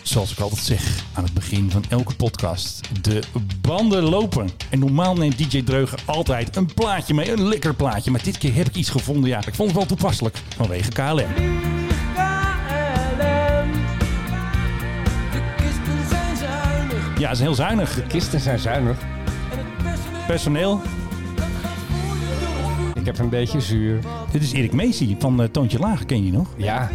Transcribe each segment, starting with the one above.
Zoals ik altijd zeg aan het begin van elke podcast. De banden lopen. En normaal neemt DJ Dreugen altijd een plaatje mee. Een lekker plaatje. Maar dit keer heb ik iets gevonden. Ja, ik vond het wel toepasselijk. Vanwege KLM. Ja, ze zijn heel zuinig. De kisten zijn zuinig. Personeel. Ik heb een beetje zuur. Dit is Erik Meesie van Toontje Laag. Ken je die nog? Ja.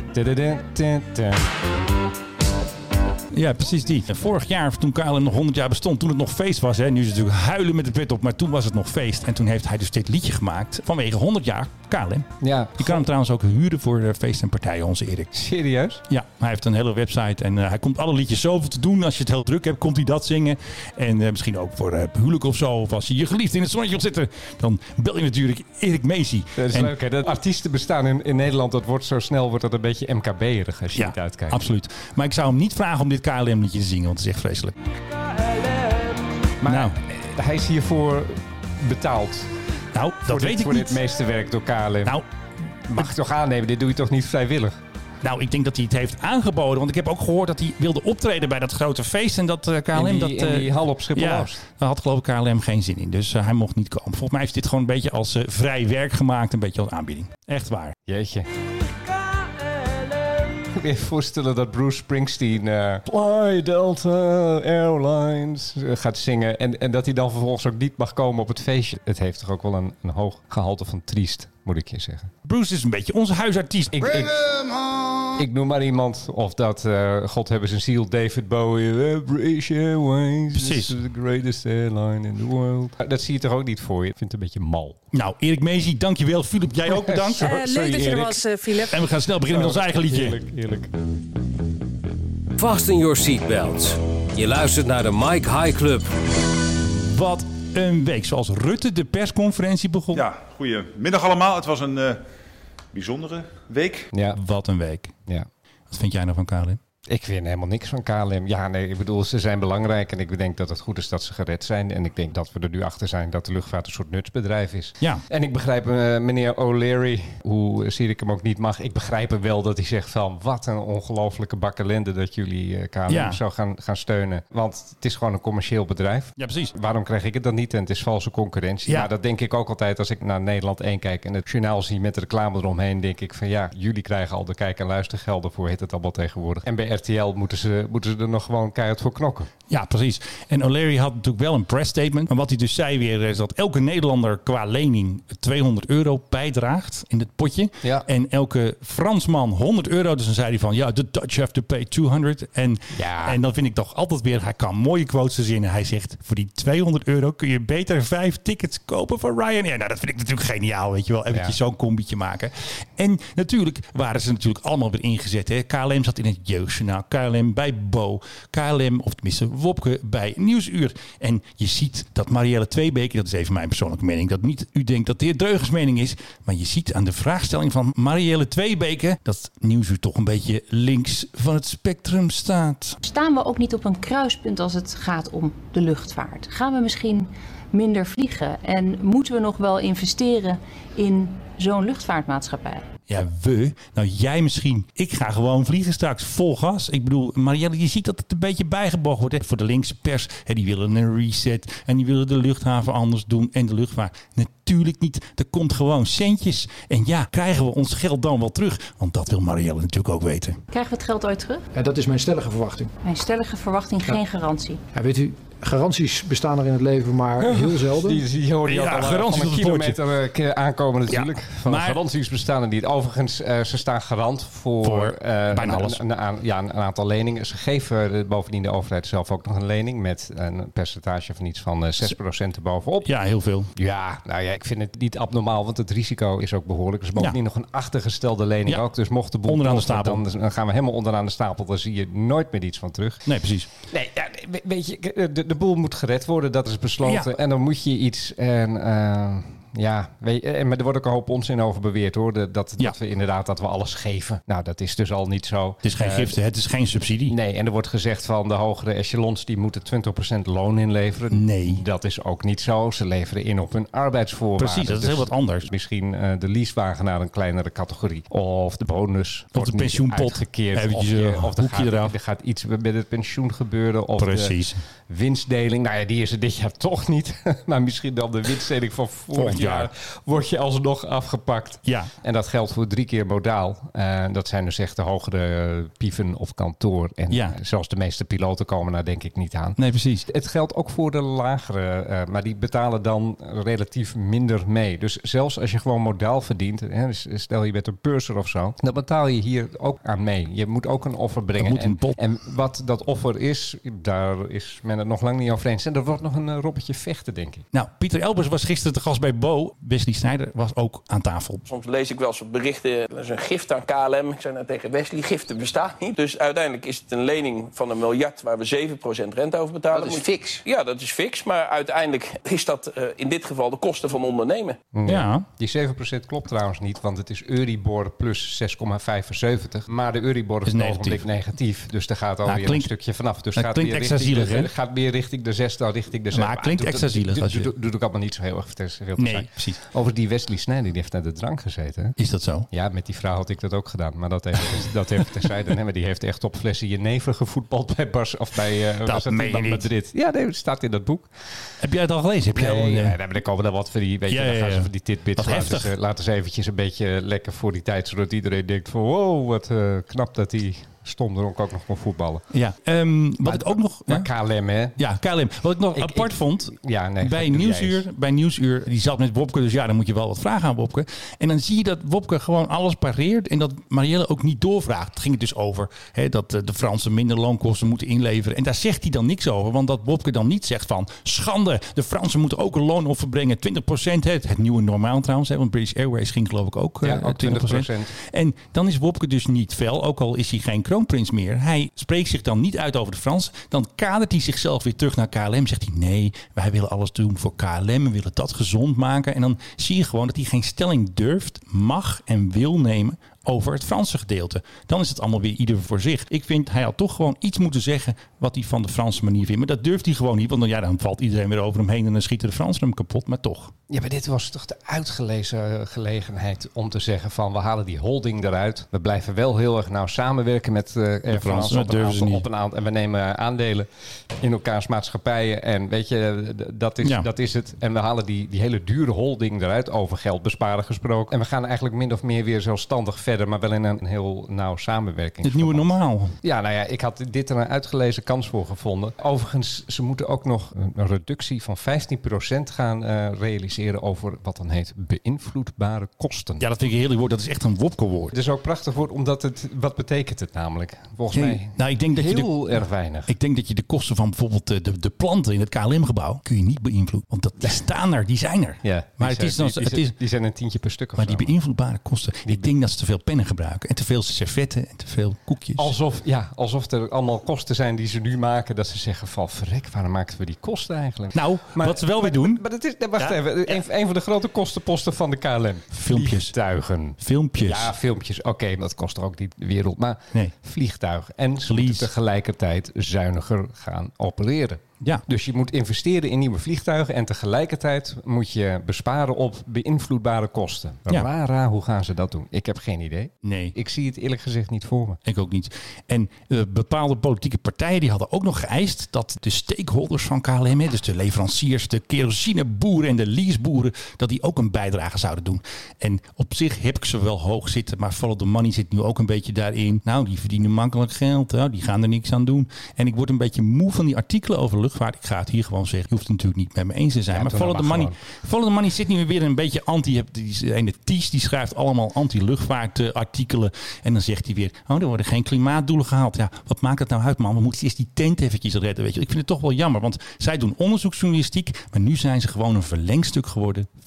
Ja, precies die. En vorig jaar, toen KLM nog 100 jaar bestond, toen het nog feest was. Hè, nu is het natuurlijk huilen met de pet op, maar toen was het nog feest. En toen heeft hij dus dit liedje gemaakt vanwege 100 jaar KLM. Ja. Je kan hem trouwens ook huren voor feest en partijen, onze Erik. Serieus? Ja, hij heeft een hele website en hij komt alle liedjes zoveel te doen. Als je het heel druk hebt, komt hij dat zingen. En misschien ook voor huwelijk of zo. Of als je je geliefd in het zonnetje wilt zitten, dan bel je natuurlijk Erik Meesie. Dat is leuk, hè? Dat artiesten bestaan in Nederland, dat wordt zo snel, wordt dat een beetje MKB-erig als je niet uitkijkt. Absoluut. Maar ik zou hem niet vragen om dit KLM-liedje te zingen, want het is echt vreselijk. Maar hij is hiervoor betaald. Nou, dat weet ik voor niet. Dit meeste werk door KLM. Nou, mag ik toch aannemen, dit doe je toch niet vrijwillig? Nou, ik denk dat hij het heeft aangeboden. Want ik heb ook gehoord dat hij wilde optreden bij dat grote feest. En dat KLM... In die hal op Schiphol-Oost. Ja, daar had geloof ik KLM geen zin in. Dus hij mocht niet komen. Volgens mij heeft dit gewoon een beetje als vrij werk gemaakt. Een beetje als aanbieding. Echt waar. Jeetje. Ik kan je voorstellen dat Bruce Springsteen Fly Delta Airlines gaat zingen. En dat hij dan vervolgens ook niet mag komen op het feestje. Het heeft toch ook wel een hoog gehalte van triest, moet ik je zeggen. Bruce is een beetje onze huisartiest. Ik noem maar iemand, of dat, God hebben zijn ziel, David Bowie, British Airways, precies. The greatest airline in the world. Dat zie je toch ook niet voor je? Ik vind het een beetje mal. Nou, Erik Meesie, dankjewel. Philip, jij ook bedankt. Leuk dat je er was, Philip. En we gaan snel beginnen met ons eigen liedje. Heerlijk. Fasten your seatbelts. Je luistert naar de Mike High Club. Wat een week. Zoals Rutte de persconferentie begon. Ja, goedemiddag allemaal. Het was een bijzondere week. Ja. Wat een week. Ja. Wat vind jij nou van KLM? Ik vind helemaal niks van KLM. Ja, nee, ik bedoel, ze zijn belangrijk en ik denk dat het goed is dat ze gered zijn. En ik denk dat we er nu achter zijn dat de luchtvaart een soort nutsbedrijf is. Ja. En ik begrijp meneer O'Leary, hoe zie ik hem ook niet mag. Ik begrijp hem wel dat hij zegt van wat een ongelofelijke bak ellende dat jullie KLM zo gaan steunen. Want het is gewoon een commercieel bedrijf. Ja, precies. Waarom krijg ik het dan niet? En het is valse concurrentie. Ja. Maar dat denk ik ook altijd als ik naar Nederland 1 kijk en het journaal zie met de reclame eromheen. Denk ik van ja, jullie krijgen al de kijk- en luistergelden voor, heet het allemaal tegenwoordig. En bij RTL moeten ze er nog gewoon keihard voor knokken. Ja, precies. En O'Leary had natuurlijk wel een press statement. Maar wat hij dus zei weer is dat elke Nederlander qua lening €200 bijdraagt in het potje. Ja. En elke Fransman €100. Dus dan zei hij van ja, the Dutch have to pay 200. En dan vind ik toch altijd weer, hij kan mooie quotes verzinnen. Hij zegt, voor die €200 kun je beter 5 tickets kopen voor Ryanair. Nou, dat vind ik natuurlijk geniaal, weet je wel. Eventjes zo'n combietje maken. En natuurlijk waren ze natuurlijk allemaal weer ingezet. Hè. KLM zat in het Jeugdjournaal. KLM bij Bo. KLM, of tenminste Wopke, bij Nieuwsuur. En je ziet dat Marielle Tweebeke, dat is even mijn persoonlijke mening, dat niet u denkt dat de heer Dreugens mening is, maar je ziet aan de vraagstelling van Marielle Tweebeke dat Nieuwsuur toch een beetje links van het spectrum staat. Staan we ook niet op een kruispunt als het gaat om de luchtvaart? Gaan we misschien minder vliegen? En moeten we nog wel investeren in zo'n luchtvaartmaatschappij? Ja, nou jij misschien. Ik ga gewoon vliegen straks vol gas. Ik bedoel, Marielle, je ziet dat het een beetje bijgebogen wordt. Hè? Voor de linkse pers, hè, die willen een reset. En die willen de luchthaven anders doen. En de luchtvaart natuurlijk niet. Er komt gewoon centjes. En ja, krijgen we ons geld dan wel terug? Want dat wil Marielle natuurlijk ook weten. Krijgen we het geld ooit terug? Ja, dat is mijn stellige verwachting. Mijn stellige verwachting, geen garantie. Ja, weet u, garanties bestaan er in het leven maar heel zelden. Die hoorde je ook al garanties van een op het kilometer aankomen natuurlijk. Ja, van maar garanties bestaan er niet. Overigens, ze staan garant voor bijna alles. Een aantal leningen. Ze geven bovendien de overheid zelf ook nog een lening met een percentage van iets van 6% erbovenop. Ja, heel veel. Ja, nou ja, ik vind het niet abnormaal, want het risico is ook behoorlijk. Dus bovendien nog een achtergestelde lening ook. Dus mocht de boel onderaan de ploffen, stapel. dan gaan we helemaal onderaan de stapel. Dan zie je nooit meer iets van terug. Nee, precies. Nee, ja, weet je, de boel moet gered worden. Dat is besloten. Ja. En dan moet je iets. En maar er wordt ook een hoop onzin over beweerd hoor. Dat we inderdaad dat we alles geven. Nou, dat is dus al niet zo. Het is geen gift, het is geen subsidie. Nee, en er wordt gezegd van de hogere echelons die moeten 20% loon inleveren. Nee. Dat is ook niet zo. Ze leveren in op hun arbeidsvoorwaarden. Precies, dat is heel wat anders. Misschien de leasewagenaar een kleinere categorie. Of de bonus. Of de pensioenpot. Of er gaat iets met het pensioen gebeuren. Of precies. De winstdeling. Nou ja, die is er dit jaar toch niet. Maar misschien dan de winstdeling van vorig jaar wordt je alsnog afgepakt. Ja. En dat geldt voor 3 keer modaal. Dat zijn dus echt de hogere pieven op kantoor. En zelfs de meeste piloten komen daar denk ik niet aan. Nee, precies. Het geldt ook voor de lagere. Maar die betalen dan relatief minder mee. Dus zelfs als je gewoon modaal verdient. Dus stel je bent een purser of zo. Dan betaal je hier ook aan mee. Je moet ook een offer brengen. En wat dat offer is, daar is men het nog lang niet over eens. En er wordt nog een robbertje vechten, denk ik. Nou, Pieter Elbers was gisteren te gast bij Bo. Wesley Snijder was ook aan tafel. Soms lees ik wel eens op berichten, dat is een gift aan KLM. Ik zei nou tegen Wesley, giften bestaan niet. Dus uiteindelijk is het een lening van $1 miljard waar we 7% rente over betalen. Dat is fix. Ja, dat is fix. Maar uiteindelijk is dat in dit geval de kosten van ondernemen. Ja. Die 7% klopt trouwens niet, want het is Euribor plus 6,75. Maar de Euribor is op het ogenblik negatief. Dus daar gaat alweer een stukje vanaf. Dus het klinkt extra zielig, hè? Gaat meer richting de 6 dan richting de 7. Maar het klinkt extra zielig. Doet ook allemaal niet zo heel erg veel te Nee, zijn. precies. Over die Wesley Snijder, die heeft naar de drank gezeten. Is dat zo? Ja, met die vrouw had ik dat ook gedaan. Maar dat even terzijde. Nee, maar die heeft echt op flessen jenever gevoetbald bij Madrid. Ja, nee, het staat in dat boek. Heb jij het al gelezen? Dan komen er wat voor die, dan gaan ze voor die tidbits laten ze eventjes een beetje lekker voor die tijd, zodat iedereen denkt van wow, wat knap dat die stomdronk ook nog kon voetballen. Ja, wat ik ook nog... Maar KLM, hè? Ja, KLM. Wat ik nog apart vond, bij Nieuwsuur, die zat met Wopke, dus ja, dan moet je wel wat vragen aan Wopke. En dan zie je dat Wopke gewoon alles pareert en dat Marielle ook niet doorvraagt. Het ging het dus over dat de Fransen minder loonkosten moeten inleveren. En daar zegt hij dan niks over, want dat Wopke dan niet zegt van schande, de Fransen moeten ook een loonoffer brengen, 20%. Het nieuwe normaal trouwens, want British Airways ging geloof ik ook 20%. En dan is Wopke dus niet fel, ook al is hij geen kroonprins meer. Hij spreekt zich dan niet uit over de Fransen. Dan kadert hij zichzelf weer terug naar KLM. Zegt hij nee, wij willen alles doen voor KLM. We willen dat gezond maken. En dan zie je gewoon dat hij geen stelling durft, mag en wil nemen over het Franse gedeelte. Dan is het allemaal weer ieder voor zich. Ik vind, hij had toch gewoon iets moeten zeggen wat hij van de Franse manier vindt. Maar dat durft hij gewoon niet, want dan valt iedereen weer over hem heen en dan schieten de Fransen hem kapot. Maar toch. Ja, maar dit was toch de uitgelezen gelegenheid om te zeggen van we halen die holding eruit. We blijven wel heel erg nauw samenwerken met Air France op een aantal. En we nemen aandelen in elkaars maatschappijen. En weet je, dat is het. En we halen die hele dure holding eruit, over geld besparen gesproken. En we gaan eigenlijk min of meer weer zelfstandig verder, maar wel in een heel nauw samenwerking. Het nieuwe normaal. Ja, nou ja, ik had dit er een uitgelezen kans voor gevonden. Overigens, ze moeten ook nog een reductie van 15% gaan realiseren over wat dan heet beïnvloedbare kosten. Ja, dat vind ik een heerlijk woord. Dat is echt een Wopke-woord. Het is ook prachtig woord, omdat wat betekent het namelijk? Volgens mij ik denk dat heel erg weinig. Ik denk dat je de kosten van bijvoorbeeld de planten in het KLM-gebouw kun je niet beïnvloeden. Want die staan er, die zijn er. Ja, maar die zijn een tientje per stuk of maar zo. Die beïnvloedbare kosten, ik denk dat ze te veel pennen gebruiken en te veel servetten en te veel koekjes. Alsof er allemaal kosten zijn die ze nu maken, dat ze zeggen van verrek, waarom maakten we die kosten eigenlijk? Nou, wat ze wel weer doen. Maar dat is, wacht even, een van de grote kostenposten van de KLM. Filmpjes. Vliegtuigen. Filmpjes. Ja, filmpjes. Oké, dat kost toch ook niet de wereld. Maar vliegtuigen. En ze moeten moeten tegelijkertijd zuiniger gaan opereren. Ja. Dus je moet investeren in nieuwe vliegtuigen en tegelijkertijd moet je besparen op beïnvloedbare kosten. Ja. Hoe gaan ze dat doen? Ik heb geen idee. Nee. Ik zie het eerlijk gezegd niet voor me. Ik ook niet. En bepaalde politieke partijen die hadden ook nog geëist dat de stakeholders van KLM, dus de leveranciers, de kerosineboeren en de leaseboeren, dat die ook een bijdrage zouden doen. En op zich heb ik ze wel hoog zitten, maar follow the money zit nu ook een beetje daarin. Nou, die verdienen makkelijk geld, die gaan er niks aan doen. En ik word een beetje moe van die artikelen over luchtvaart. Ik ga het hier gewoon zeggen. Je hoeft het natuurlijk niet met me eens te zijn. Ja, maar follow the money zit nu weer een beetje anti. En de Ties die schrijft allemaal anti-luchtvaart artikelen. En dan zegt hij weer, er worden geen klimaatdoelen gehaald. Ja, wat maakt het nou uit, man? We moeten eerst die tent eventjes redden. Weet je. Ik vind het toch wel jammer. Want zij doen onderzoeksjournalistiek. Maar nu zijn ze gewoon een verlengstuk geworden van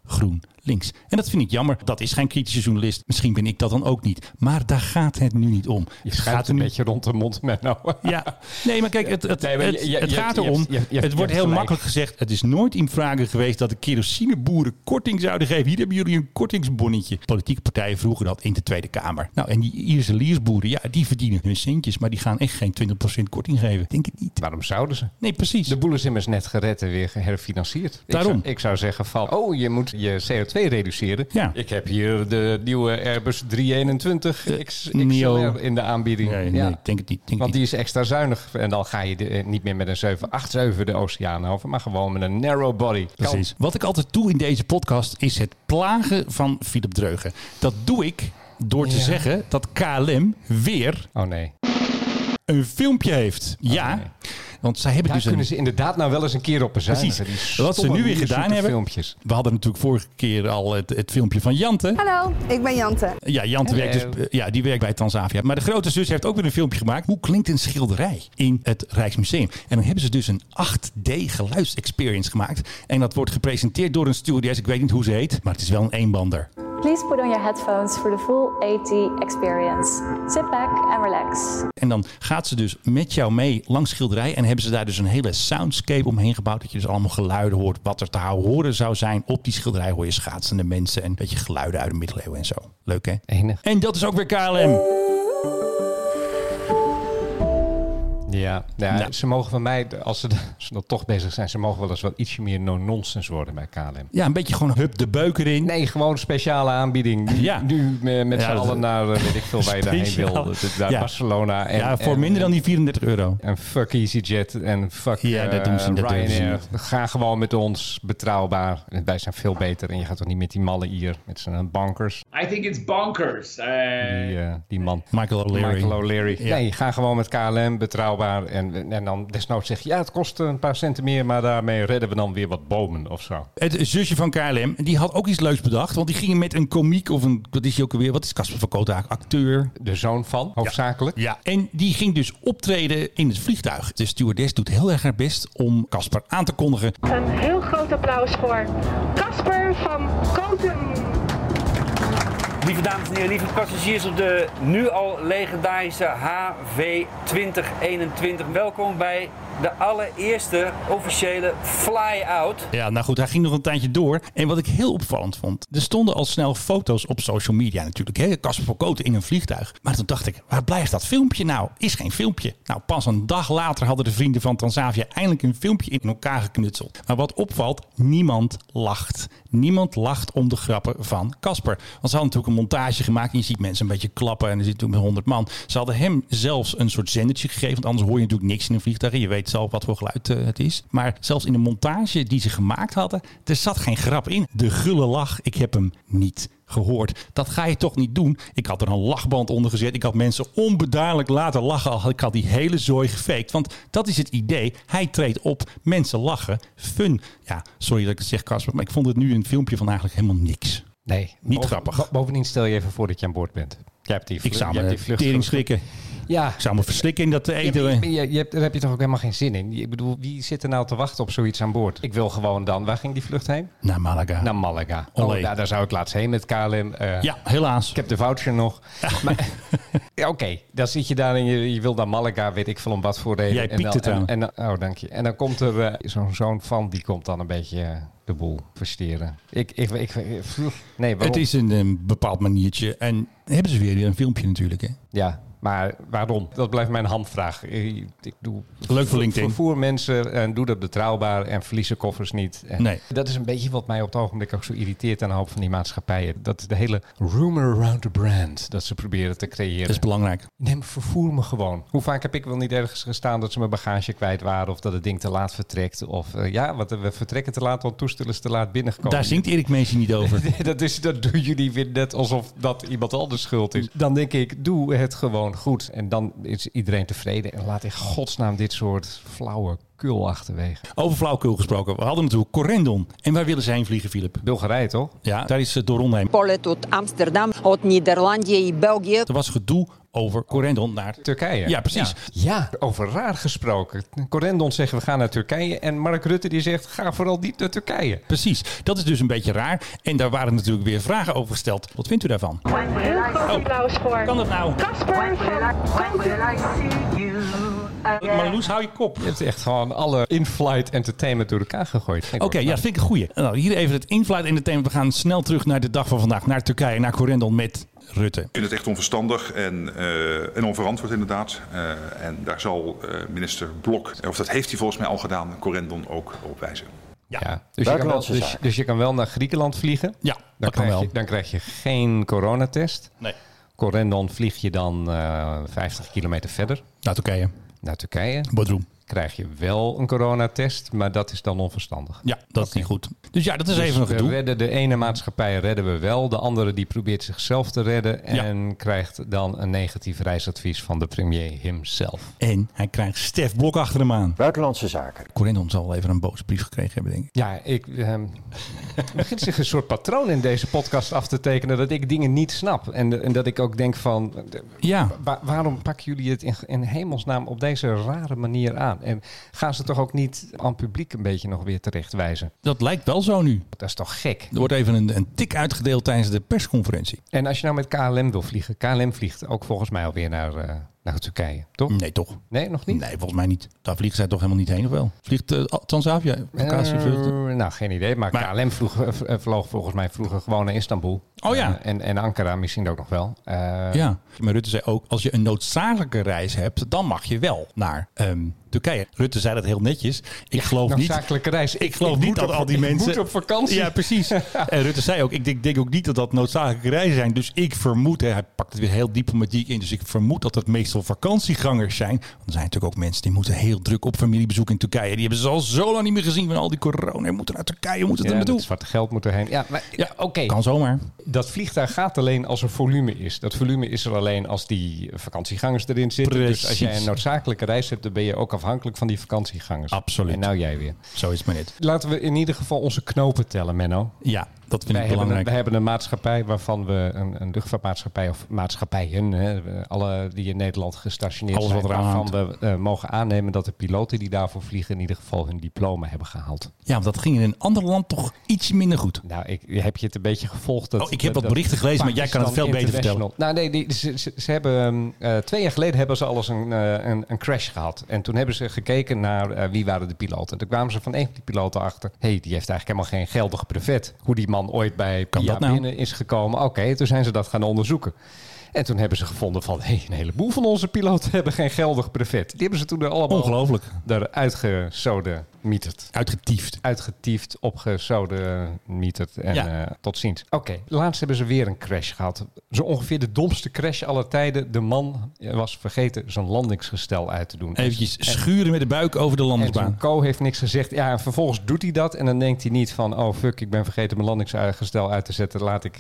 GroenLinks. En dat vind ik jammer. Dat is geen kritische journalist. Misschien ben ik dat dan ook niet. Maar daar gaat het nu niet om. Je gaat een beetje rond de mond met nou. Ja, nee, maar kijk, het gaat erom. Het wordt heel makkelijk gezegd. Het is nooit in vragen geweest dat de kerosineboeren korting zouden geven. Hier hebben jullie een kortingsbonnetje. Politieke partijen vroegen dat in de Tweede Kamer. Nou, en die Ierse liersboeren, ja, die verdienen hun centjes. Maar die gaan echt geen 20% korting geven. Denk het niet. Waarom zouden ze? Nee, precies. De boel is immers net gered en weer geherfinancierd. Daarom. Ik zou zeggen van, je moet je CO2 reduceren. Ja. Ik heb hier de nieuwe Airbus 321 XLR Neo. in de aanbieding. Nee, denk het niet. Want die is extra zuinig. En dan ga je niet meer met een 787 de oceaan over, maar gewoon met een narrow body. Precies. Wat ik altijd doe in deze podcast is het plagen van Philip Dreugen. Dat doe ik door te zeggen dat KLM weer een filmpje heeft. Nee. Want zij hebben kunnen ze inderdaad nou wel eens een keer op bezuinigen. Precies. Wat ze nu weer gedaan hebben. Filmpjes. We hadden natuurlijk vorige keer al het filmpje van Jante. Hallo, ik ben Jante. Ja, Jante werkt die werkt bij Transavia. Maar de grote zus heeft ook weer een filmpje gemaakt. Hoe klinkt een schilderij in het Rijksmuseum? En dan hebben ze dus een 8D geluidsexperience gemaakt. En dat wordt gepresenteerd door een stewardess. Ik weet niet hoe ze heet, maar het is wel een eenbander. Please put on your headphones for the full AT experience. Sit back and relax. En dan gaat ze dus met jou mee langs schilderij en hebben ze daar dus een hele soundscape omheen gebouwd. Dat je dus allemaal geluiden hoort. Wat er te horen zou zijn op die schilderij. Hoor je schaatsende mensen en een beetje geluiden uit de middeleeuwen en zo. Leuk hè? Enig. En dat is ook weer KLM. Ja, ze mogen van mij, als ze dan toch bezig zijn, ze mogen wel eens wat ietsje meer no-nonsense worden bij KLM. Ja, een beetje gewoon hup de beuk erin. Nee, gewoon een speciale aanbieding. Nu met z'n allen naar, weet ik veel, waar je daarheen wil. Naar Barcelona. En, voor minder dan die €34. En fuck EasyJet en fuck dat doen ze, Ryanair. Ga gewoon met ons, betrouwbaar. Wij zijn veel beter en je gaat toch niet met die malle Ier, met zijn bankers. I think it's bonkers. Die man. Michael O'Leary. Ja. Nee, ga gewoon met KLM, betrouwbaar. En dan desnoods zeg je, het kost een paar centen meer, maar daarmee redden we dan weer wat bomen of zo. Het zusje van KLM, die had ook iets leuks bedacht. Want die gingen met een komiek of wat is hij ook alweer? Wat is Casper van Koten eigenlijk? Acteur. De zoon van, hoofdzakelijk. Ja, en die ging dus optreden in het vliegtuig. De stewardess doet heel erg haar best om Casper aan te kondigen. Een heel groot applaus voor Casper van Koten. Lieve dames en heren, lieve passagiers op de nu al legendarische HV 2021. Welkom bij de allereerste officiële fly-out. Ja, nou goed, hij ging nog een tijdje door. En wat ik heel opvallend vond, er stonden al snel foto's op social media natuurlijk. Hè? Casper van Koten in een vliegtuig. Maar toen dacht ik, waar blijft dat filmpje nou? Is geen filmpje. Nou, pas een dag later hadden de vrienden van Transavia eindelijk een filmpje in elkaar geknutseld. Maar wat opvalt, niemand lacht. Niemand lacht om de grappen van Casper. Want ze hadden natuurlijk een montage gemaakt en je ziet mensen een beetje klappen en er zit natuurlijk 100 man. Ze hadden hem zelfs een soort zendertje gegeven, want anders hoor je natuurlijk niks in een vliegtuig. Je weet zelf wat voor geluid het is. Maar zelfs in de montage die ze gemaakt hadden, er zat geen grap in. De gulle lach, ik heb hem niet gehoord. Dat ga je toch niet doen? Ik had er een lachband onder gezet. Ik had mensen onbedaarlijk laten lachen. Ik had die hele zooi gefaked. Want dat is het idee. Hij treedt op. Mensen lachen. Fun. Ja, sorry dat ik het zeg, Casper, maar ik vond het nu een filmpje van eigenlijk helemaal niks. Nee. Niet grappig. Bovendien stel je even voor dat je aan boord bent. Ik zou me tering schrikken. Ja. Ik zou me verslikken in dat eten. Daar heb je toch ook helemaal geen zin in. Ik bedoel, wie zit er nou te wachten op zoiets aan boord? Ik wil gewoon dan... Waar ging die vlucht heen? Naar Malaga. Daar zou ik laatst heen met KLM. Ja, helaas. Ik heb de voucher nog. Maar oké, dan zit je daar en je wil naar Malaga, weet ik veel om wat voor reden. Jij piekte trouwens. Oh, dank je. En dan komt er zo'n zoon van, die komt dan een beetje de boel versteren. Nee, waarom? Het is een bepaald maniertje. En hebben ze weer een filmpje natuurlijk, hè? Ja. Maar waarom? Dat blijft mijn hamvraag. Ik doe leuk voor LinkedIn. Vervoer mensen en doe dat betrouwbaar en verliezen koffers niet. Nee. Dat is een beetje wat mij op het ogenblik ook zo irriteert aan een hoop van die maatschappijen. Dat de hele rumor around the brand dat ze proberen te creëren. Dat is belangrijk. Nee, vervoer me gewoon. Hoe vaak heb ik wel niet ergens gestaan dat ze mijn bagage kwijt waren of dat het ding te laat vertrekt. Of we vertrekken te laat, want het toestel is te laat binnengekomen. Daar zingt Erik Meesje niet over. Dat doen jullie weer net alsof dat iemand anders schuld is. Dan denk ik, doe het gewoon goed. En dan is iedereen tevreden. En laat in godsnaam dit soort flauwe kul achterwege. Over flauwekul gesproken. We hadden natuurlijk Corendon. En waar willen ze heen vliegen, Philip? Bulgarije, toch? Ja, daar is het door rondheen. Полет от Амстердам, от Нидерландия и Белгия. Er was gedoe over Corendon naar Turkije. Ja, precies. Ja, over raar gesproken. Corendon zegt we gaan naar Turkije en Mark Rutte die zegt ga vooral niet naar Turkije. Precies, dat is dus een beetje raar. En daar waren natuurlijk weer vragen over gesteld. Wat vindt u daarvan? Heel groot applaus voor Kan dat nou? Casper van Marloes, hou je kop. Je hebt echt gewoon alle in-flight entertainment door elkaar gegooid. Oké, ja, dat vind ik een goeie. Nou, hier even het in-flight entertainment. We gaan snel terug naar de dag van vandaag. Naar Turkije, naar Corendon met Rutte. Ik vind het echt onverstandig en onverantwoord inderdaad. En daar zal minister Blok, of dat heeft hij volgens mij al gedaan, Corendon ook op wijzen. Ja. Dus je kan wel naar Griekenland vliegen. Ja, Dan krijg je geen coronatest. Nee. Corendon vlieg je dan 50 kilometer verder. Naar Turkije. Bodrum. Krijg je wel een coronatest, maar dat is dan onverstandig. Ja, dat is niet goed. Dus ja, dat is even een gedoe. We redden de ene maatschappij redden we wel. De andere die probeert zichzelf te redden. En krijgt dan een negatief reisadvies van de premier himself. En hij krijgt Stef Blok achter hem aan. Buitenlandse zaken. Corendon zal wel even een boze brief gekregen hebben, denk ik. Ja, ik begint zich een soort patroon in deze podcast af te tekenen dat ik dingen niet snap. En dat ik ook denk van, waarom pakken jullie het in hemelsnaam op deze rare manier aan? En gaan ze toch ook niet aan het publiek een beetje nog weer terechtwijzen? Dat lijkt wel zo nu. Dat is toch gek? Er wordt even een tik uitgedeeld tijdens de persconferentie. En als je nou met KLM wil vliegen, KLM vliegt ook volgens mij alweer naar Turkije, toch? Nee, toch? Nee, nog niet? Nee, volgens mij niet. Daar vliegen zij toch helemaal niet heen, of wel? Vliegt Transavia vluchten? Nou, geen idee. Maar KLM vloog volgens mij vroeger gewoon naar Istanbul. Oh ja. En Ankara misschien ook nog wel. Ja, maar Rutte zei ook, als je een noodzakelijke reis hebt, dan mag je wel naar Turkije. Rutte zei dat heel netjes. Ik geloof niet. Noodzakelijke reis. Ik geloof niet dat al die mensen. Moet op vakantie. Ja, precies. En Rutte zei ook, ik denk ook niet dat dat noodzakelijke reizen zijn. Dus ik vermoed, hij pakt het weer heel diplomatiek in. Dus ik vermoed dat het meestal vakantiegangers zijn. Want er zijn natuurlijk ook mensen die moeten heel druk op familiebezoek in Turkije. Die hebben ze al zo lang niet meer gezien van al die corona. Moeten naar Turkije, moeten er naartoe. Het zwarte geld moet erheen. Ja, maar oké. Kan zomaar. Dat vliegtuig gaat alleen als er volume is. Dat volume is er alleen als die vakantiegangers erin zitten. Precies. Dus als jij een noodzakelijke reis hebt, dan ben je ook afhankelijk van die vakantiegangers. Absoluut. En nou jij weer. Zo is het maar net. Laten we in ieder geval onze knopen tellen, Menno. Ja, dat vind ik belangrijk. We hebben een maatschappij waarvan we een luchtvaartmaatschappij of maatschappijen, alle die in Nederland gestationeerd zijn, waarvan we mogen aannemen dat de piloten die daarvoor vliegen in ieder geval hun diploma hebben gehaald. Ja, want dat ging in een ander land toch ietsje minder goed. Nou, heb je het een beetje gevolgd? Ik heb wat berichten gelezen, maar jij kan het veel beter vertellen. Nou nee, ze hebben 2 jaar geleden hebben ze alles een crash gehad. En toen hebben ze gekeken naar wie waren de piloten. En toen kwamen ze van een van die piloten achter. Die heeft eigenlijk helemaal geen geldig brevet. Hoe die man ooit bij PIA binnen is gekomen. Oké, toen zijn ze dat gaan onderzoeken. En toen hebben ze gevonden van, een heleboel van onze piloten hebben geen geldig brevet. Die hebben ze toen er allemaal ongelooflijk eruit gesodemieterd. Uitgetiefd, opgesodemieterd. En tot ziens. Oké, laatst hebben ze weer een crash gehad. Zo ongeveer de domste crash aller tijden. De man was vergeten zijn landingsgestel uit te doen. Eventjes schuren met de buik over de landingsbaan. En Co heeft niks gezegd. Ja, en vervolgens doet hij dat. En dan denkt hij niet van, oh fuck, ik ben vergeten mijn landingsgestel uit te zetten. Laat ik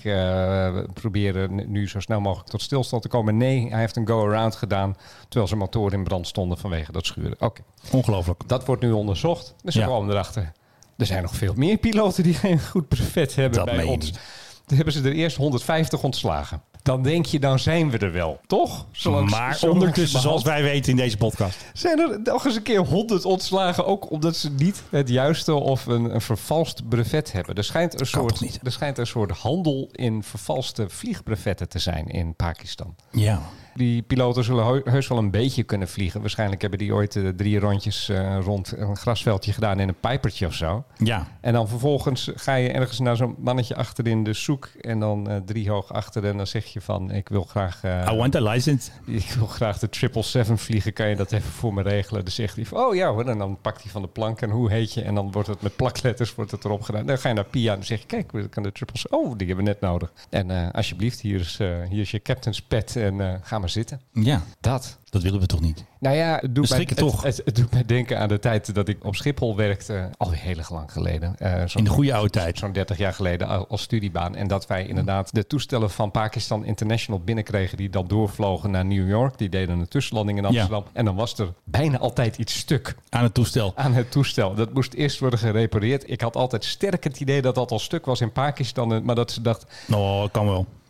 proberen nu zo snel mogelijk tot stilstand te komen. Nee, hij heeft een go-around gedaan, terwijl zijn motoren in brand stonden vanwege dat schuren. Oké. Ongelooflijk. Dat wordt nu onderzocht. Dus we komen erachter. Er zijn nog veel meer piloten die geen goed brevet hebben bij ons. Dan hebben ze er eerst 150 ontslagen. Dan denk je, dan zijn we er wel. Toch? Maar ondertussen, zoals wij weten in deze podcast, zijn er nog eens een keer 100 ontslagen. Ook omdat ze niet het juiste of een vervalst brevet hebben. Er schijnt een soort handel in vervalste vliegbrevetten te zijn in Pakistan. Ja. Die piloten zullen heus wel een beetje kunnen vliegen. Waarschijnlijk hebben die ooit 3 rondjes rond een grasveldje gedaan in een pijpertje of zo. Ja. En dan vervolgens ga je ergens naar zo'n mannetje achter in de soek. En dan 3 hoog achter. En dan zeg je van, ik wil graag... I want a license. Ik wil graag de 777 vliegen. Kan je dat even voor me regelen? Dan zegt hij van, oh ja hoor. En dan pakt hij van de plank. En hoe heet je? En dan wordt het met plakletters erop gedaan. Dan ga je naar PIA en dan zeg je, kijk, ik kan de 777. Oh, die hebben we net nodig. En alsjeblieft, hier is je captain's pet. En ga maar zitten. Ja, dat willen we toch niet? Nou ja, het doet mij denken aan de tijd dat ik op Schiphol werkte. Alweer heel lang geleden. In de goede oude tijd. Zo'n 30 jaar geleden als studiebaan. En dat wij inderdaad de toestellen van Pakistan International binnenkregen. Die dan doorvlogen naar New York. Die deden een tussenlanding in Amsterdam. Ja. En dan was er bijna altijd iets stuk. Aan het toestel. Dat moest eerst worden gerepareerd. Ik had altijd sterk het idee dat dat al stuk was in Pakistan. Maar dat ze dacht... Nou, kan wel.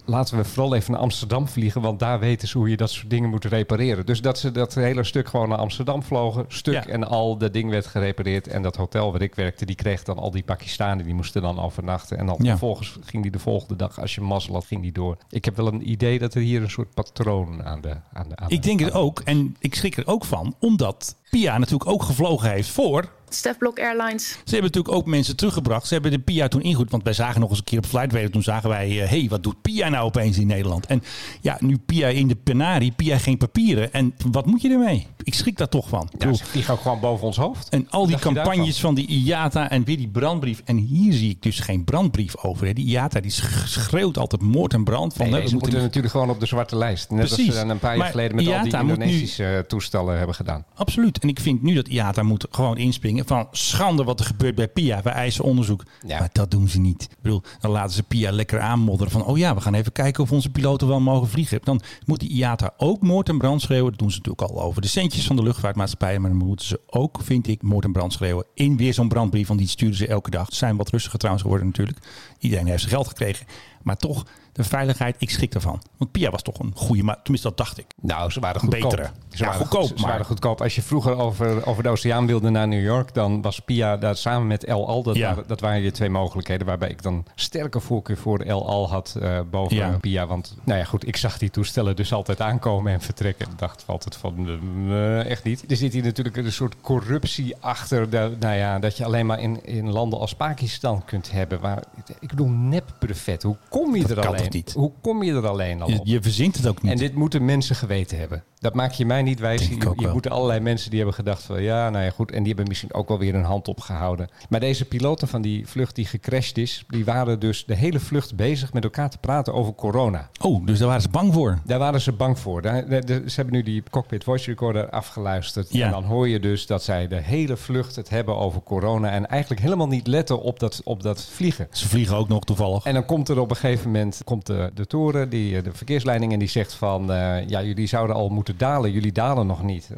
laten we vooral even naar Amsterdam vliegen, want daar weten ze hoe je dat soort dingen moet repareren. Dus dat ze dat hele stuk gewoon naar Amsterdam vlogen, en al dat ding werd gerepareerd. En dat hotel waar ik werkte, die kreeg dan al die Pakistanen, die moesten dan overnachten. En dan vervolgens ging die de volgende dag, als je mazzel had, ging die door. Ik heb wel een idee dat er hier een soort patroon aan de Ik denk het ook. En ik schrik er ook van, omdat PIA natuurlijk ook gevlogen heeft voor Stef Blok Airlines. Ze hebben natuurlijk ook mensen teruggebracht. Ze hebben de PIA toen ingevoerd. Want wij zagen nog eens een keer op Flightradar. Toen zagen wij, wat doet PIA nou opeens in Nederland? En ja, nu PIA in de penarie. PIA geen papieren. En wat moet je ermee? Ik schrik daar toch van. Ja, ze vliegen ook gewoon boven ons hoofd. En al die campagnes van die IATA en weer die brandbrief. En hier zie ik dus geen brandbrief over. Hè. Die IATA die schreeuwt altijd moord en brand. Van, we moeten natuurlijk gewoon op de zwarte lijst. Net als ze dan een paar jaar geleden met IATA al die Indonesische toestellen hebben gedaan. Absoluut. En ik vind nu dat IATA moet gewoon inspringen van schande wat er gebeurt bij PIA. Wij eisen onderzoek. Ja. Maar dat doen ze niet. Ik bedoel, dan laten ze PIA lekker aanmodderen van we gaan even kijken of onze piloten wel mogen vliegen. Dan moet die IATA ook moord en brand schreeuwen. Dat doen ze natuurlijk al over de centjes van de luchtvaartmaatschappijen. Maar dan moeten ze ook, vind ik, moord en brand schreeuwen in weer zo'n brandbrief. Want die sturen ze elke dag. Ze zijn wat rustiger trouwens geworden natuurlijk. Iedereen heeft zijn geld gekregen. Maar toch, de veiligheid, ik schrik ervan. Want PIA was toch een goede, maar tenminste dat dacht ik. Nou, ze waren goedkoop. Betere. Ze waren goedkoop. Als je vroeger over de oceaan wilde naar New York, dan was PIA daar samen met El Al. Dat waren je twee mogelijkheden. Waarbij ik dan sterke voorkeur voor El Al had boven PIA. Want, nou ja, goed, ik zag die toestellen dus altijd aankomen en vertrekken. Ik dacht altijd van, echt niet. Er zit hier natuurlijk een soort corruptie achter. Dat je alleen maar in landen als Pakistan kunt hebben. Waar, ik bedoel, nep-brevet. Hoe kom je er alleen? Niet. Hoe kom je er alleen al op? Je verzint het ook niet. En dit moeten mensen geweten hebben. Dat maak je mij niet wijs. Je moet allerlei mensen die hebben gedacht van goed. En die hebben misschien ook wel weer een hand opgehouden. Maar deze piloten van die vlucht die gecrashed is, die waren dus de hele vlucht bezig met elkaar te praten over corona. Oh, dus daar waren ze bang voor? Daar waren ze bang voor. Ze hebben nu die cockpit voice recorder afgeluisterd. Ja. En dan hoor je dus dat zij de hele vlucht het hebben over corona en eigenlijk helemaal niet letten op dat vliegen. Ze vliegen ook nog toevallig. En dan komt er op een gegeven moment de toren, de verkeersleiding, en die zegt van jullie zouden al moeten dalen. Jullie dalen nog niet.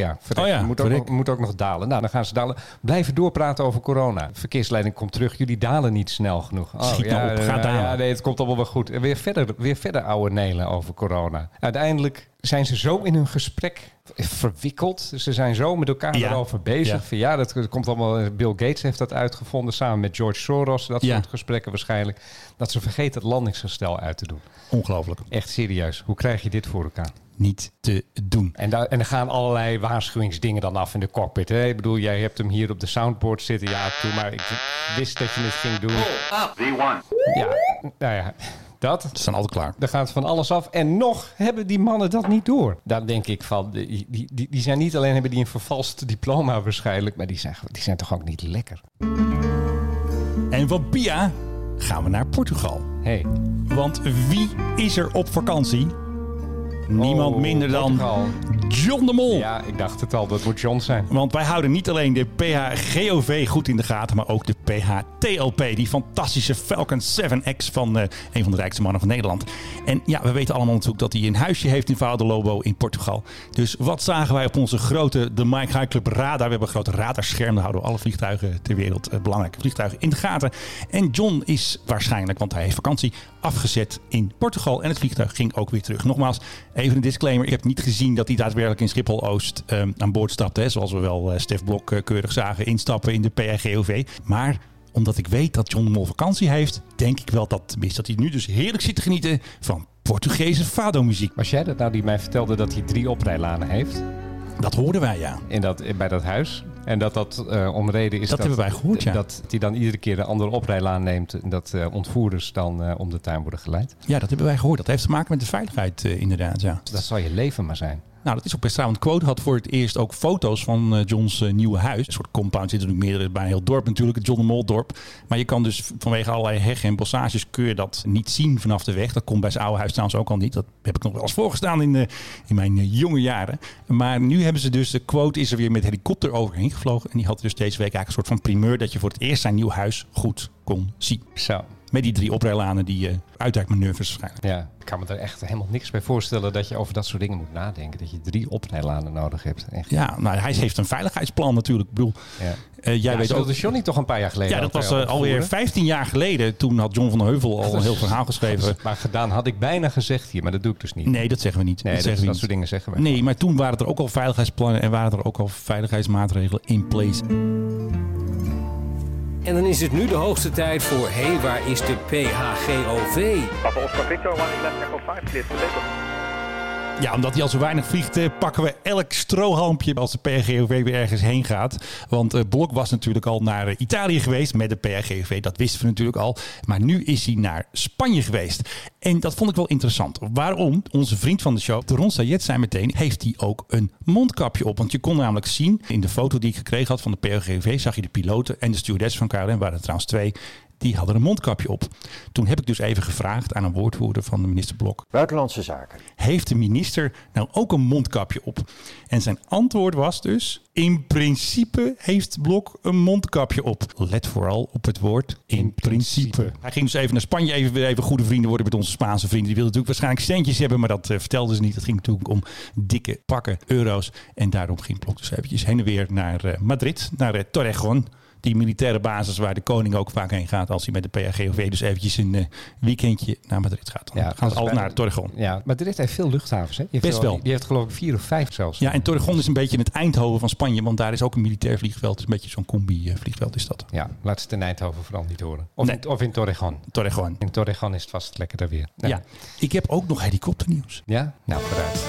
Moet ook nog dalen. Nou, dan gaan ze dalen. Blijven doorpraten over corona. De verkeersleiding komt terug. Jullie dalen niet snel genoeg. Ga dalen. Het komt allemaal wel goed. En weer verder ouwe nelen over corona. Uiteindelijk zijn ze zo in hun gesprek verwikkeld. Ze zijn zo met elkaar erover bezig. Ja. Dat komt allemaal. Bill Gates heeft dat uitgevonden samen met George Soros. Dat soort gesprekken waarschijnlijk. Dat ze vergeten het landingsgestel uit te doen. Ongelooflijk. Echt serieus. Hoe krijg je dit voor elkaar? Niet te doen. En er gaan allerlei waarschuwingsdingen dan af in de cockpit. Hè? Ik bedoel, jij hebt hem hier op de soundboard zitten. Ja, maar ik wist dat je het ging doen. V1. Ja, nou ja. Ze staan altijd klaar. Er gaat van alles af. En nog hebben die mannen dat niet door. Daar denk ik van, die zijn niet alleen hebben die een vervalst diploma waarschijnlijk, maar die zijn toch ook niet lekker. En van PIA gaan we naar Portugal. Hey. Want wie is er op vakantie? Niemand minder dan John de Mol. Ja, ik dacht het al, dat moet John zijn. Want wij houden niet alleen de PHGOV goed in de gaten, maar ook de PHTLP, die fantastische Falcon 7X van een van de rijkste mannen van Nederland. En ja, we weten allemaal natuurlijk dat hij een huisje heeft in Vau de Lobo in Portugal. Dus wat zagen wij op onze de Mike High Club radar? We hebben een grote radarscherm, daar houden we alle vliegtuigen ter wereld, belangrijke vliegtuigen, in de gaten. En John is waarschijnlijk, want hij heeft vakantie, afgezet in Portugal. En het vliegtuig ging ook weer terug. Nogmaals, even een disclaimer. Ik heb niet gezien dat hij daadwerkelijk in Schiphol-Oost aan boord stapte. Hè, zoals we wel Stef Blok keurig zagen instappen in de PHGOV. Maar omdat ik weet dat John de Mol vakantie heeft, denk ik wel dat hij nu dus heerlijk zit te genieten van Portugese fado-muziek. Was jij dat nou die mij vertelde dat hij 3 oprijlanen heeft? Dat hoorden wij, ja. Bij dat huis. En dat om reden is dat hebben wij gehoord, ja. Dat hij dan iedere keer een andere oprijlaan neemt. En dat ontvoerders dan om de tuin worden geleid. Ja, dat hebben wij gehoord. Dat heeft te maken met de veiligheid inderdaad, ja. Dat zal je leven maar zijn. Nou, dat is ook best trouwens. Quote had voor het eerst ook foto's van Johns nieuwe huis. Een soort compound zit er natuurlijk meerdere bij een heel dorp natuurlijk, het John de Mol dorp. Maar je kan dus vanwege allerlei heggen en bossages kun je dat niet zien vanaf de weg. Dat komt bij zijn oude huis trouwens ook al niet. Dat heb ik nog wel eens voorgestaan in mijn jonge jaren. Maar nu hebben ze dus, de quote is er weer met helikopter overheen gevlogen. En die had dus deze week eigenlijk een soort van primeur dat je voor het eerst zijn nieuw huis goed kon zien. Zo. Met die 3 oprijlanen, die uitduikmanoeuvres waarschijnlijk. Ja, ik kan me er echt helemaal niks bij voorstellen dat je over dat soort dingen moet nadenken. Dat je 3 oprijlanen nodig hebt. Echt. Ja, nou, hij heeft een veiligheidsplan natuurlijk. Ik bedoel, jij weet ook... Johnny toch een paar jaar geleden? Ja, dat was alweer 15 jaar geleden. Toen had John van der Heuvel al een heel verhaal geschreven. Maar gedaan had ik bijna gezegd hier, maar dat doe ik dus niet. Nee, dat zeggen we niet. Nee, dat soort dingen zeggen we. Nee, maar toen waren er ook al veiligheidsplannen en waren er ook al veiligheidsmaatregelen in place. En dan is het nu de hoogste tijd voor waar is de PHGOV? Papa Oscar Victor, 1 left echo 5, clear for takeoff. Ja, omdat hij al zo weinig vliegt, pakken we elk strohalmpje als de PHGOV weer ergens heen gaat. Want Blok was natuurlijk al naar Italië geweest met de PHGOV. Dat wisten we natuurlijk al. Maar nu is hij naar Spanje geweest. En dat vond ik wel interessant. Waarom? Onze vriend van de show, Teron Sayed, zei meteen, heeft hij ook een mondkapje op. Want je kon namelijk zien, in de foto die ik gekregen had van de PHGOV, zag je de piloten en de stewardess van KLM, waren er trouwens 2... Die hadden een mondkapje op. Toen heb ik dus even gevraagd aan een woordvoerder van de minister Blok. Buitenlandse Zaken. Heeft de minister nou ook een mondkapje op? En zijn antwoord was dus, in principe heeft Blok een mondkapje op. Let vooral op het woord in principe. Hij ging dus even naar Spanje, even goede vrienden worden met onze Spaanse vrienden. Die wilden natuurlijk waarschijnlijk centjes hebben, maar dat vertelden ze niet. Het ging natuurlijk om dikke pakken euro's. En daarom ging Blok dus eventjes heen en weer naar Madrid, naar Torrejón. Die militaire basis waar de koning ook vaak heen gaat als hij met de PHGOV dus eventjes een weekendje naar Madrid gaat. Dan gaan ze al naar Torrejón. Ja, Madrid heeft veel luchthavens. Hè? Best wel. Die heeft geloof ik 4 of 5 zelfs. Ja, en Torrejón is een beetje het Eindhoven van Spanje, want daar is ook een militair vliegveld. Het is een beetje zo'n combi-vliegveld is dat. Ja, laat ze het in Eindhoven vooral niet horen. Of in Torrejón. Torrejón. In Torrejón is het vast lekkerder weer. Ja, ik heb ook nog helikopternieuws. Ja? Nou, vooruit.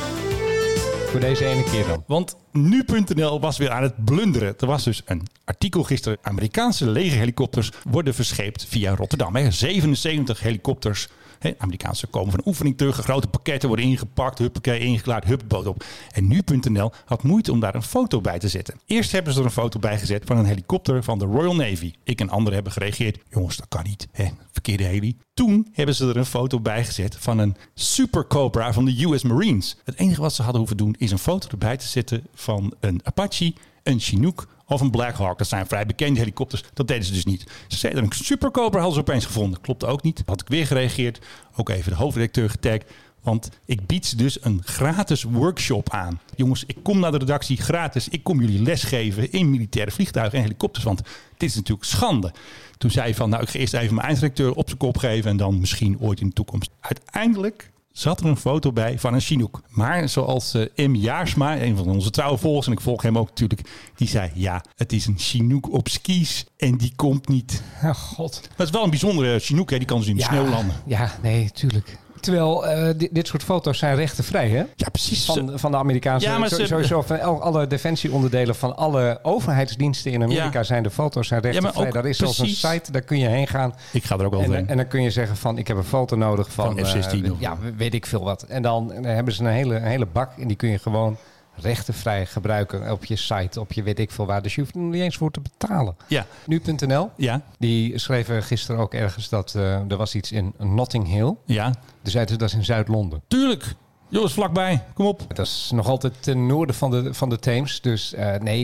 Voor deze ene keer dan. Want nu.nl was weer aan het blunderen. Er was dus een artikel gisteren. Amerikaanse legerhelikopters worden verscheept via Rotterdam. 77 helikopters. Amerikaanse komen van oefening terug. Grote pakketten worden ingepakt. Huppakee, ingeklaard, huppboot op. En nu.nl had moeite om daar een foto bij te zetten. Eerst hebben ze er een foto bij gezet van een helikopter van de Royal Navy. Ik en anderen hebben gereageerd. Jongens, dat kan niet. Verkeerde heli. Toen hebben ze er een foto bij gezet van een Super Cobra van de US Marines. Het enige wat ze hadden hoeven doen is een foto erbij te zetten van een Apache, een Chinook of een Black Hawk. Dat zijn vrij bekende helikopters. Dat deden ze dus niet. Ze zeiden een Super Cobra hadden ze opeens gevonden. Klopte ook niet. Had ik weer gereageerd. Ook even de hoofdredacteur getagd. Want ik bied ze dus een gratis workshop aan. Jongens, ik kom naar de redactie gratis. Ik kom jullie lesgeven in militaire vliegtuigen en helikopters. Want dit is natuurlijk schande. Toen zei hij van, nou, ik ga eerst even mijn eindredacteur op zijn kop geven. En dan misschien ooit in de toekomst. Uiteindelijk zat er een foto bij van een Chinook. Maar zoals M. Jaarsma, een van onze trouwe volgers, en ik volg hem ook natuurlijk, die zei, ja, het is een Chinook op skis en die komt niet. Oh, god. Maar het is wel een bijzondere Chinook, hè? Die kan dus in de sneeuw landen. Ja, nee, tuurlijk. Terwijl dit soort foto's zijn rechtenvrij, hè? Ja, precies. Van de Amerikaanse... Ja, maar sowieso van alle defensieonderdelen van alle overheidsdiensten in Amerika zijn de foto's zijn rechtenvrij. Daar is zelfs een site, daar kun je heen gaan. Ik ga er ook al heen. En dan kun je zeggen van, ik heb een foto nodig van F-16. Ja, weet ik veel wat. En dan hebben ze een hele bak en die kun je gewoon rechtenvrij gebruiken op je site, op je weet ik veel waar. Dus je hoeft er niet eens voor te betalen. Ja. Nu.nl, die schreven gisteren ook ergens dat er was iets in Notting Hill. Ja. Dus zeiden ze, dat is in Zuid-Londen. Tuurlijk. Jongens, vlakbij. Kom op. Dat is nog altijd ten noorden van de Theems. Dus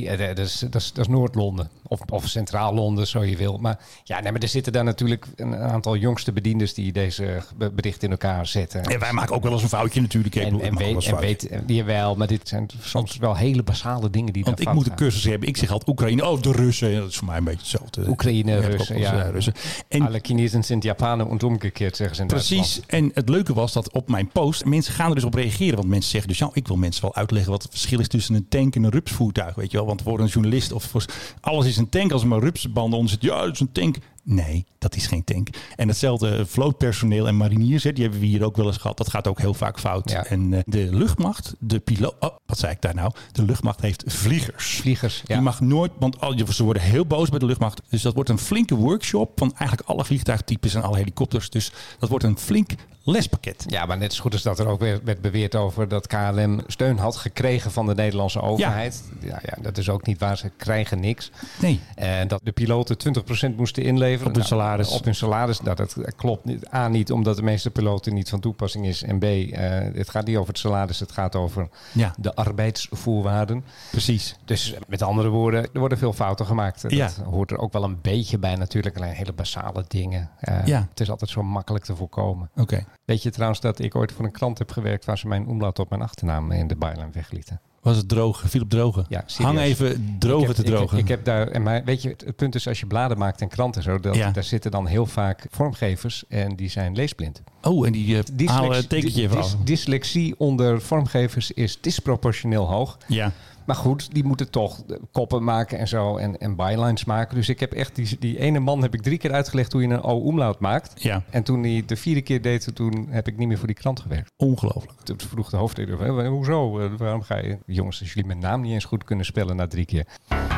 dat is Noord-Londen. Of Centraal-Londen, zo je wil. Maar ja, maar er zitten daar natuurlijk een aantal jongste bedienders die deze berichten in elkaar zetten. En wij maken ook wel eens een foutje natuurlijk. Jawel, maar dit zijn soms wel hele basale dingen die want ik moet een cursus hebben. Ik zeg altijd Oekraïne. Oh, de Russen. Ja, dat is voor mij een beetje hetzelfde. Oekraïne, Russen, ja. Russen. En alle Chinezen zijn Japanen en omgekeerd, zeggen ze in precies. En het leuke was dat op mijn post mensen gaan er dus op reageren. Want mensen zeggen dus, ik wil mensen wel uitleggen wat het verschil is tussen een tank en een rupsvoertuig. Weet je wel, want voor een journalist of voor alles is een tank. Als er maar rupsbanden onder zit, ja, dat is een tank. Nee, dat is geen tank. En hetzelfde vlootpersoneel en mariniers, die hebben we hier ook wel eens gehad. Dat gaat ook heel vaak fout. Ja. En de luchtmacht, de piloot... Oh, wat zei ik daar nou? De luchtmacht heeft vliegers. Ja. Die mag nooit... Want ze worden heel boos bij de luchtmacht. Dus dat wordt een flinke workshop van eigenlijk alle vliegtuigtypes en alle helikopters. Dus dat wordt een flink lespakket. Ja, maar net zo goed als dat er ook werd beweerd over dat KLM steun had gekregen van de Nederlandse overheid. Ja, dat is ook niet waar. Ze krijgen niks. Nee. En dat de piloten 20% moesten inleveren. opleveren. Op hun salaris. Op hun salaris. Nou, dat klopt niet. A, niet omdat de meeste piloten niet van toepassing is. En B, het gaat niet over het salaris. Het gaat over de arbeidsvoorwaarden. Precies. Dus met andere woorden, er worden veel fouten gemaakt. Dat hoort er ook wel een beetje bij natuurlijk. Alleen hele basale dingen. Het is altijd zo makkelijk te voorkomen. Okay. Weet je trouwens dat ik ooit voor een krant heb gewerkt waar ze mijn omlaut op mijn achternaam in de byline weglieten? Was het droog? Viel op drogen? Ja, serieus. Hang even drogen. Ik heb daar, maar weet je, het punt is als je bladen maakt en kranten zo, daar zitten dan heel vaak vormgevers en die zijn leesblind. Oh, en die halen het tekentje even af. Dyslexie onder vormgevers is disproportioneel hoog. Ja. Maar goed, die moeten toch koppen maken en zo en bylines maken. Dus ik heb echt die ene man heb ik 3 keer uitgelegd hoe je een O-umlaut maakt. Ja. En toen hij de 4e keer deed, toen heb ik niet meer voor die krant gewerkt. Ongelooflijk. Toen vroeg de hoofdredacteur, hoezo? Waarom ga je... Jongens, als jullie mijn naam niet eens goed kunnen spellen na 3 keer.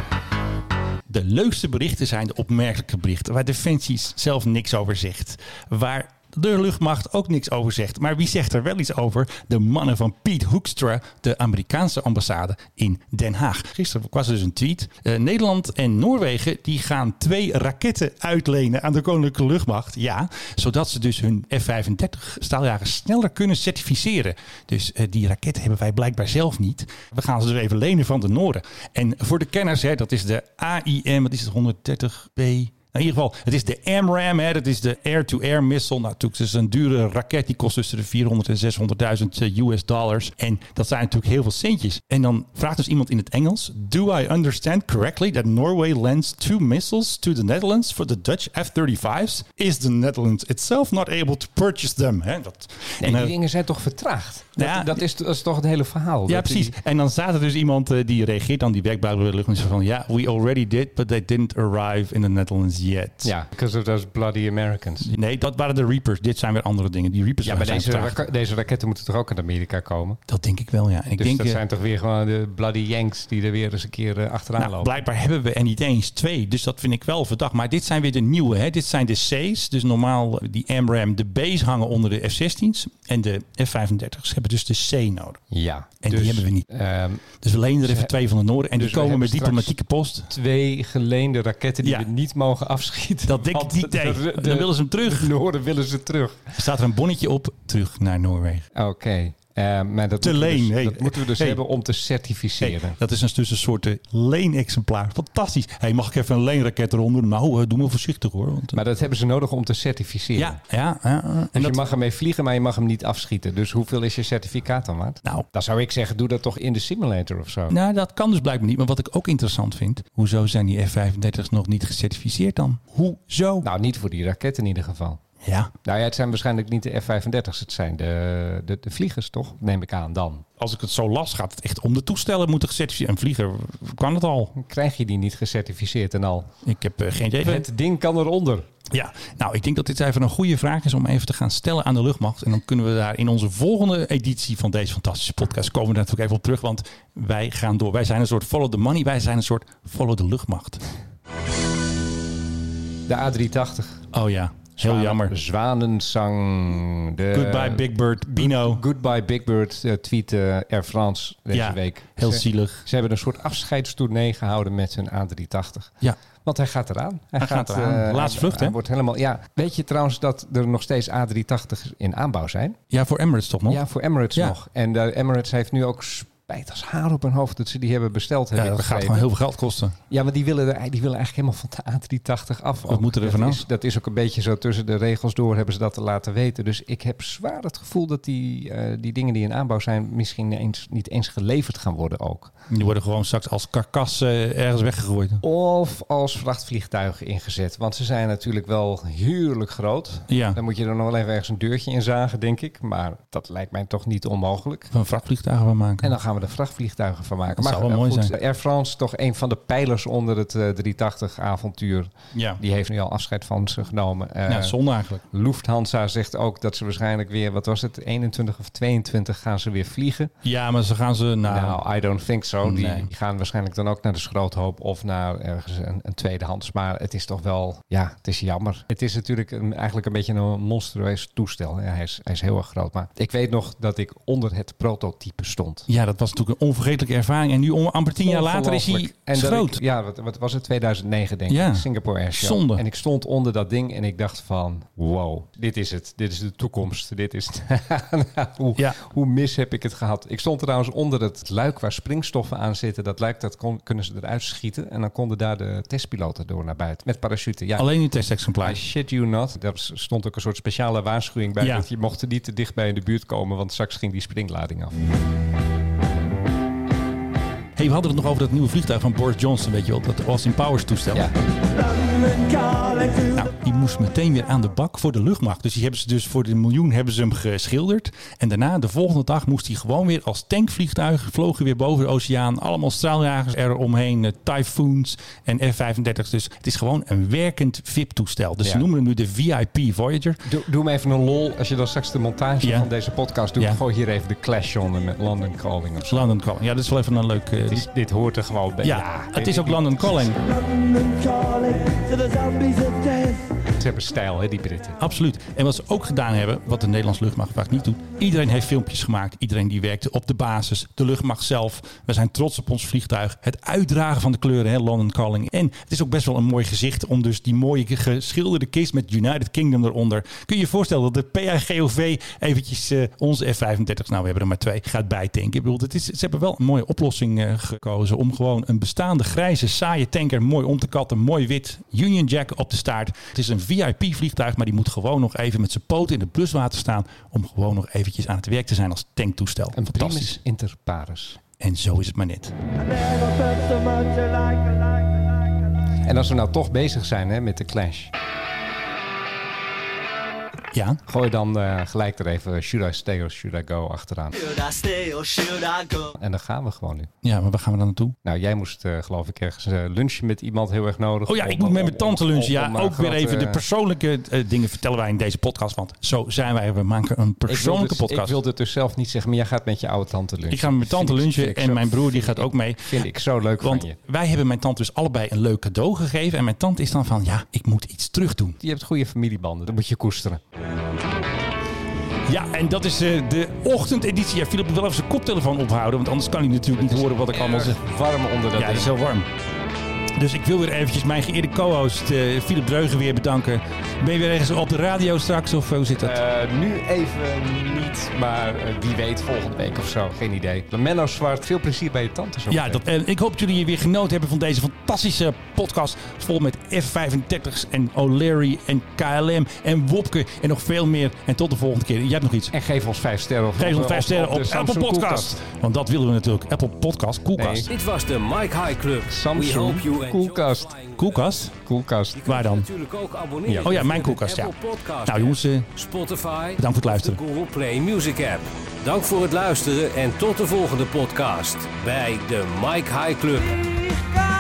De leukste berichten zijn de opmerkelijke berichten waar Defensie zelf niks over zegt. Waar de luchtmacht ook niks over zegt. Maar wie zegt er wel iets over? De mannen van Piet Hoekstra, de Amerikaanse ambassade in Den Haag. Gisteren was er dus een tweet. Nederland en Noorwegen die gaan 2 raketten uitlenen aan de Koninklijke Luchtmacht. Ja, zodat ze dus hun F-35 straaljagers sneller kunnen certificeren. Dus die raketten hebben wij blijkbaar zelf niet. We gaan ze dus even lenen van de Noorden. En voor de kenners, dat is de AIM, wat is het, 130B... In ieder geval, het is de AMRAAM, dat is de air-to-air missile. Nou, het is een dure raket, die kost tussen de 400 en 600.000 US$. En dat zijn natuurlijk heel veel centjes. En dan vraagt dus iemand in het Engels: Do I understand correctly that Norway lends 2 missiles to the Netherlands for the Dutch F-35's? Is the Netherlands itself not able to purchase them? Die dingen zijn toch vertraagd? Dat is toch het hele verhaal? Ja, precies. En dan staat er dus iemand die reageert dan die werkbouw de lucht en zegt van we already did, but they didn't arrive in the Netherlands yet. Ja, because of those bloody Americans. Nee, dat waren de Reapers. Dit zijn weer andere dingen. Die Reapers maar deze raketten moeten toch ook uit Amerika komen? Dat denk ik wel, ja. En ik denk, dat zijn toch weer gewoon de bloody Yanks die er weer eens een keer achteraan lopen? Blijkbaar hebben we er niet eens 2. Dus dat vind ik wel verdacht. Maar dit zijn weer de nieuwe. Dit zijn de C's. Dus normaal die AMRAAM, de B's hangen onder de F-16's. En de F-35's hebben dus de C nodig. Ja. En die hebben we niet. Dus we lenen er even 2 van de Noorden. En dus die komen met diplomatieke post. 2 geleende raketten die we niet mogen afschieten. Dat denk ik niet tegen. Dan willen ze hem terug. De Noorden willen ze terug. Er staat er een bonnetje op, terug naar Noorwegen. Oké. Maar dat moeten we dus hebben om te certificeren. Dat is dus een soort leenexemplaar. Fantastisch. Mag ik even een leenraket eronder? Nou, doe maar voorzichtig hoor. Maar dat hebben ze nodig om te certificeren. Ja. Dus je mag ermee vliegen, maar je mag hem niet afschieten. Dus hoeveel is je certificaat dan waard? Nou, dan zou ik zeggen, doe dat toch in de simulator of zo. Nou, dat kan dus blijkbaar niet. Maar wat ik ook interessant vind, hoezo zijn die F-35's nog niet gecertificeerd dan? Hoezo? Nou, niet voor die raketten in ieder geval. Ja. Nou ja, het zijn waarschijnlijk niet de F-35's. Het zijn de vliegers, toch? Neem ik aan dan. Als ik het zo las, gaat het echt om de toestellen moeten gecertificeerd. Een vlieger kan het al. Krijg je die niet gecertificeerd en al? Ik heb geen idee. Het ding kan eronder. Ja, nou, ik denk dat dit even een goede vraag is om even te gaan stellen aan de luchtmacht. En dan kunnen we daar in onze volgende editie van deze fantastische podcast komen we daar natuurlijk even op terug. Want wij gaan door. Wij zijn een soort follow the money. Wij zijn een soort follow the luchtmacht. De A380. Oh ja. Heel jammer. Zwanenzang. Goodbye Big Bird. Bino. Goodbye Big Bird tweet Air France deze week. Heel zielig. Ze hebben een soort afscheidstournee gehouden met hun A380. Ja. Want hij gaat eraan. Hij gaat eraan. Laatste vlucht, hè? Hij wordt helemaal, weet je trouwens dat er nog steeds A380's in aanbouw zijn? Ja, voor Emirates toch nog? Ja, voor Emirates nog. En Emirates heeft nu ook als haar op hun hoofd dat ze die hebben besteld. Dat gaat gewoon heel veel geld kosten. Ja, maar die willen eigenlijk helemaal van de A380 af. Wat moet er vanaf? Dat is ook een beetje zo tussen de regels door hebben ze dat te laten weten. Dus ik heb zwaar het gevoel dat die dingen die in aanbouw zijn misschien niet eens geleverd gaan worden ook. Die worden gewoon straks als karkas ergens weggegooid. Of als vrachtvliegtuigen ingezet. Want ze zijn natuurlijk wel huurlijk groot. Ja. Dan moet je er nog wel even ergens een deurtje in zagen, denk ik. Maar dat lijkt mij toch niet onmogelijk. Van vrachtvliegtuigen van maken. En dan gaan we er vrachtvliegtuigen van maken. Dat zou wel mooi zijn. Air France, toch een van de pijlers onder het 380-avontuur. Ja. Die heeft nu al afscheid van ze genomen. Zonde eigenlijk. Lufthansa zegt ook dat ze waarschijnlijk weer, 21 of 22 gaan ze weer vliegen. Ja, maar gaan ze... Nou, I don't think so. Nee. Die gaan waarschijnlijk dan ook naar de schroothoop of naar ergens een tweedehands. Maar het is toch wel, het is jammer. Het is natuurlijk eigenlijk een beetje een monstrueus toestel. Ja, hij is heel erg groot. Maar ik weet nog dat ik onder het prototype stond. Ja, dat was natuurlijk een onvergetelijke ervaring. En nu amper 10 jaar later is hij groot. Wat was het? 2009 denk ik. Singapore Airshow. Zonde. En ik stond onder dat ding en ik dacht van, wow, dit is het. Dit is de toekomst. Dit is hoe mis heb ik het gehad. Ik stond trouwens onder het luik waar springstoffen aan zitten. Dat luik, kunnen ze eruit schieten. En dan konden daar de testpiloten door naar buiten. Met parachute. Ja. Alleen in testexemplaar. I shit you not. Daar stond ook een soort speciale waarschuwing bij. Dat je mocht er niet te dicht bij in de buurt komen. Want straks ging die springlading af. Hey, we hadden het nog over dat nieuwe vliegtuig van Boris Johnson, weet je wel, dat Austin Powers toestel. Ja. Nou, die moest meteen weer aan de bak voor de luchtmacht. Dus die hebben ze dus voor de miljoen hebben ze hem geschilderd. En daarna, de volgende dag, moest hij gewoon weer als tankvliegtuig, vlogen weer boven de oceaan. Allemaal straaljagers eromheen, Typhoons en F-35's. Dus het is gewoon een werkend VIP-toestel. Dus ze noemen hem nu de VIP Voyager. Doe me even een lol. Als je dan straks de montage van deze podcast doet, gooi hier even de Clash on met London Calling of zo. London Calling, ja, dat is wel even een leuk... Dit hoort er gewoon bij. Ja, het is ook London Calling. Ze hebben stijl, hè, die Britten. Absoluut. En wat ze ook gedaan hebben, wat de Nederlandse luchtmacht vaak niet doet. Iedereen heeft filmpjes gemaakt. Iedereen die werkte op de basis. De luchtmacht zelf. We zijn trots op ons vliegtuig. Het uitdragen van de kleuren, hè, London Calling. En het is ook best wel een mooi gezicht om dus die mooie geschilderde kist met United Kingdom eronder. Kun je je voorstellen dat de PHGOV eventjes onze F-35's, nou we hebben er maar 2, gaat bijtanken. Ik bedoel, ze hebben wel een mooie oplossing gekozen om gewoon een bestaande grijze, saaie tanker mooi om te katten. Mooi wit, Union Jack op de staart. Het is een VIP-vliegtuig, maar die moet gewoon nog even met zijn poten in het bluswater staan om gewoon nog eventjes aan het werk te zijn als tanktoestel. Een primus inter pares. En zo is het maar net. En als we nou toch bezig zijn met de Clash. Ja. Gooi dan gelijk er even Should I Stay or Should I Go achteraan. En dan gaan we gewoon nu. Ja, maar waar gaan we dan naartoe? Nou, jij moest geloof ik ergens lunchen met iemand heel erg nodig. Oh ja, ik moet met mijn tante lunchen. Ja, ook weer even de persoonlijke dingen vertellen wij in deze podcast. Want zo zijn wij. We maken een persoonlijke podcast. Ik wilde het dus zelf niet zeggen, maar jij gaat met je oude tante lunchen. Ik ga met mijn tante lunchen en mijn broer die gaat ook mee. Vind ik zo leuk want van je. Wij hebben mijn tante dus allebei een leuk cadeau gegeven. En mijn tante is dan van, ja, ik moet iets terug doen. Je hebt goede familiebanden, dat moet je koesteren. Ja, en dat is de ochtendeditie. Ja, Philip moet wel even zijn koptelefoon ophouden, want anders kan hij natuurlijk niet horen wat ik allemaal zeg. Warm onder dat Ja, het is heel warm. Dus ik wil weer eventjes mijn geëerde co-host Philip Dreugen weer bedanken. Ben je weer ergens op de radio straks of hoe zit dat? Nu even niet, maar wie weet volgende week of zo. Geen idee. Menno Zwart, veel plezier bij je tante. Ja, ik hoop dat jullie weer genoten hebben van deze fantastische podcast. Vol met F-35's en O'Leary en KLM en Wopke en nog veel meer. En tot de volgende keer. Jij hebt nog iets. En geef ons 5 sterren. Geef ons 5 sterren op Apple Podcast. Want dat willen we natuurlijk. Apple Podcast, Koelkast. Dit was de Mike High Club. Samsung Koelkast. Koelkast? Koelkast. Waar dan? Natuurlijk ook abonneren. Ja. Oh ja, mijn koelkast, ja. Nou jongens, Spotify, bedankt voor het luisteren. De Google Play Music app. Dank voor het luisteren en tot de volgende podcast bij de Mike High Club.